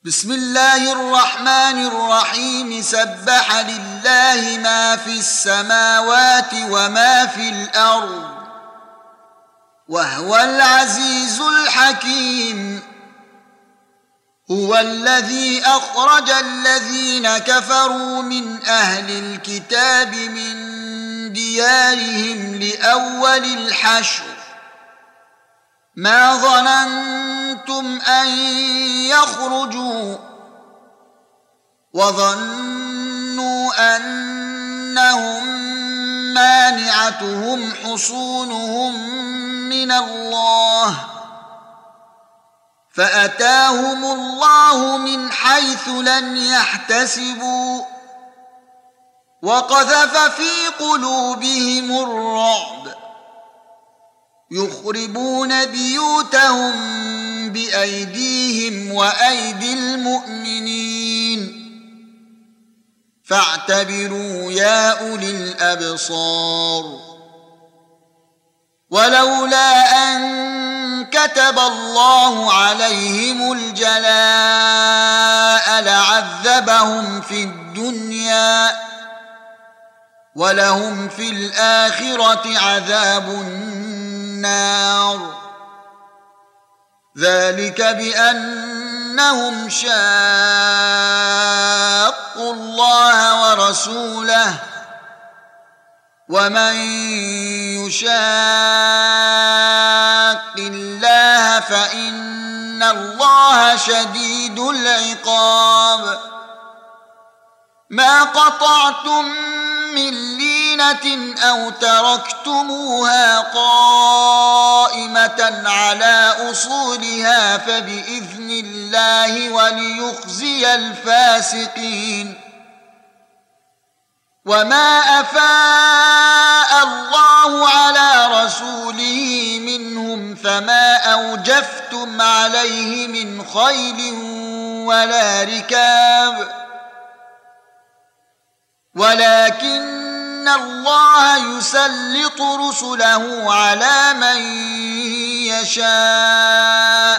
بسم الله الرحمن الرحيم. سبح لله ما في السماوات وما في الأرض وهو العزيز الحكيم. هو الذي أخرج الذين كفروا من أهل الكتاب من ديارهم لأول الحشر ما ظننتم أن يخرجوا وظنوا أنهم مانعتهم حصونهم من الله فأتاهم الله من حيث لم يحتسبوا وقذف في قلوبهم الرعب يخربون بيوتهم بأيديهم وأيدي المؤمنين فاعتبروا يا أولي الأبصار. ولولا أن كتب الله عليهم الجلاء لعذبهم في الدنيا ولهم في الآخرة عذاب النار. ذلك بأنهم شاقوا الله ورسوله ومن يشاق الله فإن الله شديد العقاب. ما قطعتم من لينة أو تركتموها قائمة على أصولها فبإذن الله وليخزي الفاسقين. وما أفاء الله على رسوله منهم فما أوجفتم عليه من خيل ولا ركاب ولكن الله يسلط رسله على من يشاء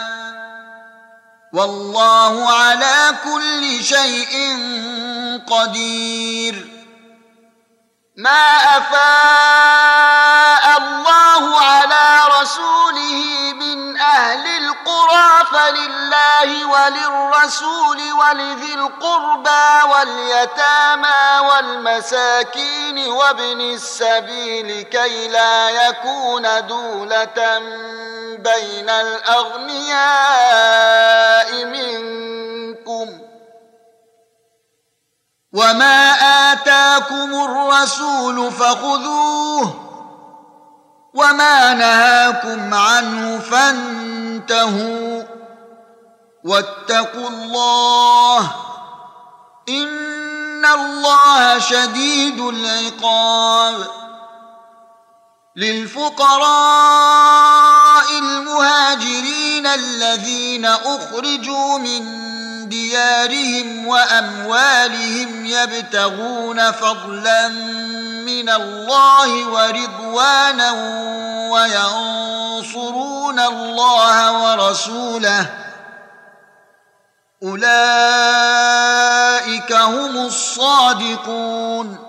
والله على كل شيء قدير. ما أفاء الله على رسوله من أهل القرى فلله وللرسول ولذي القربى واليتامى والمساكين وابن السبيل كي لا يكون دولة بين الأغنياء منكم. وما آتاكم الرسول فخذوه وما نهاكم عنه فانتهوا واتقوا الله إن الله شديد العقاب. للفقراء المهاجرين الذين أخرجوا من ديارهم وأموالهم يبتغون فضلا من الله ورضوانا وينصرون الله ورسوله أولئك هم الصادقون.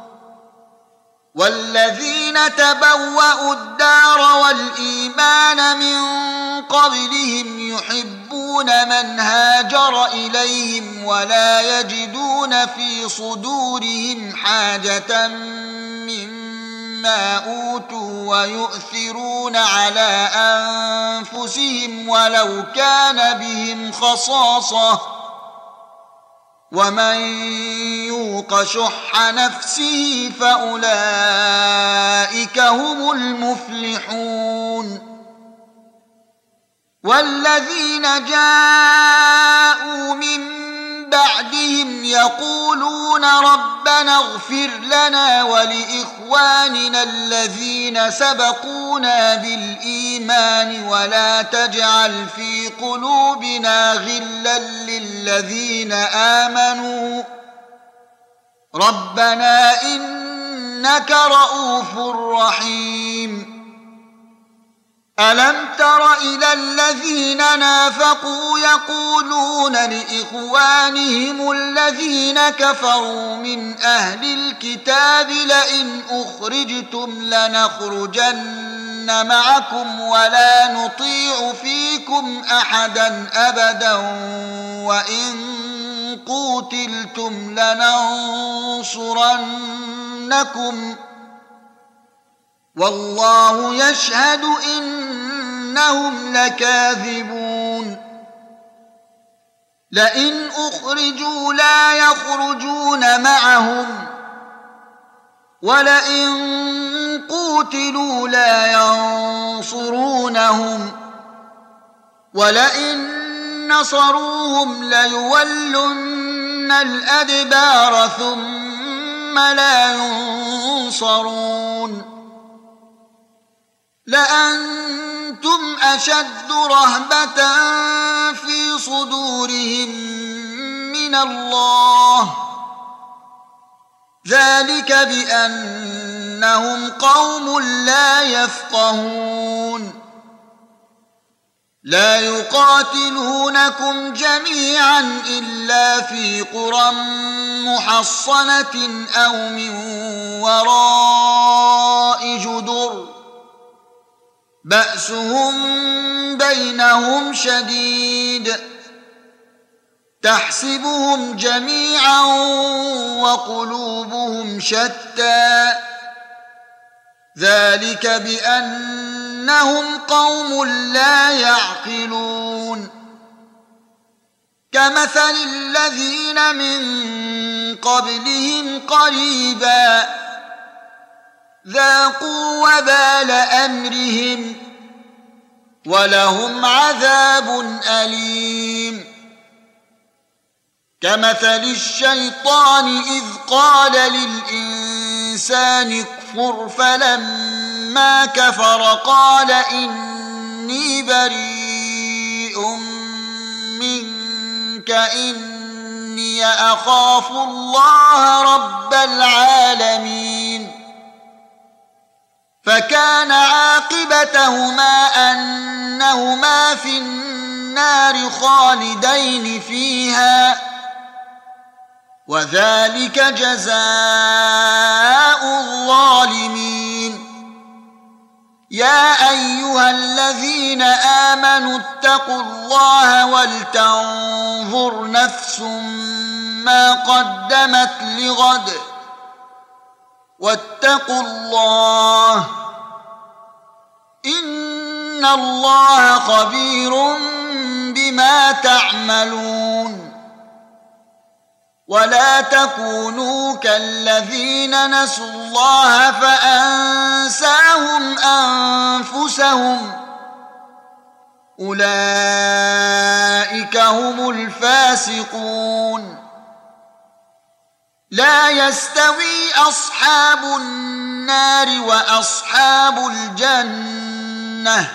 والذين تبوأوا الدار والإيمان من قبلهم يحبون من هاجر إليهم ولا يجدون في صدورهم حاجة مما أوتوا ويؤثرون على أنفسهم ولو كان بهم خصاصة ومن يوق شح نفسه فأولئك هم المفلحون. والذين جاءوا من بعدهم يقولون ربنا اغفر لنا ولإخواننا الذين سبقونا بالإيمان ولا تجعل في قلوبنا غلا للذين آمنوا ربنا إنك رؤوف رحيم. ألم تر إلى الذين نافقوا يقولون لإخوانهم الذين كفروا من أهل الكتاب لئن أخرجتم لنخرجن معكم ولا نطيع فيكم أحدا أبدا وإن قوتلتم لننصرنكم والله يشهد إنهم لكاذبون لئن أخرجوا لا يخرجون معهم ولئن قوتلوا لا ينصرونهم ولئن نصروهم ليولن الأدبار ثم لا ينصرون لأنتم أشد رهبة في صدورهم من الله ذلك بأنهم قوم لا يفقهون لا يقاتلونكم جميعا إلا في قرى محصنة أو من وراء جدر بأسهم بينهم شديد تحسبهم جميعا وقلوبهم شتى ذلك بأنهم قوم لا يعقلون كمثل الذين من قبلهم قريبا ذاقوا وبال أمرهم ولهم عذاب أليم كمثل الشيطان إذ قال للإنسان اكفر فلما كفر قال إني بريء منك إني أخاف الله رب العالمين فكان عاقبتهما أنهما في النار خالدين فيها وذلك جزاء الظالمين يا أيها الذين آمنوا اتقوا الله ولتنظر نفس ما قدمت لغد واتقوا الله إن الله خبير بما تعملون ولا تكونوا كالذين نسوا الله فأنساهم أنفسهم أولئك هم الفاسقون لا يستوي أصحاب النار وأصحاب الجنة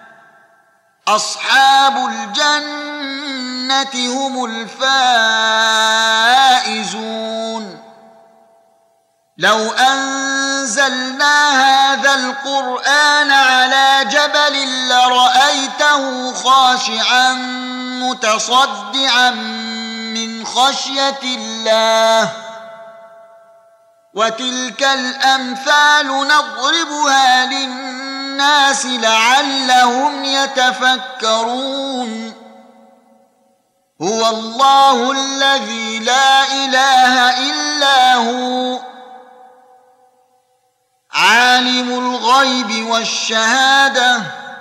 أصحاب الجنة هم الفائزون لو أنزلنا هذا القرآن على جبل لرأيته خاشعا متصدعا من خشية الله وتلك الأمثال نضربها للناس لعلهم يتفكرون هو الله الذي لا إله إلا هو عالم الغيب والشهادة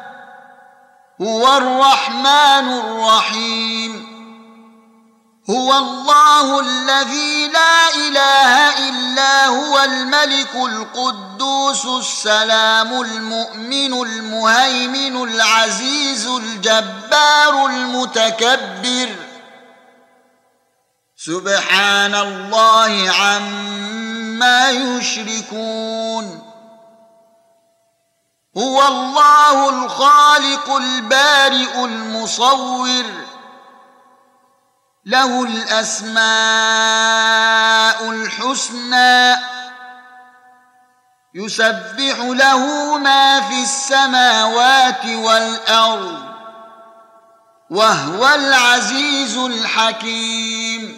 هو الرحمن الرحيم هو الله الذي لا إله إلا هو الملك القدوس السلام المؤمن المهيمن العزيز الجبار المتكبر سبحان الله عما يشركون هو الله الخالق البارئ المصور له الأسماء الحسنى يسبح له ما في السماوات والأرض وهو العزيز الحكيم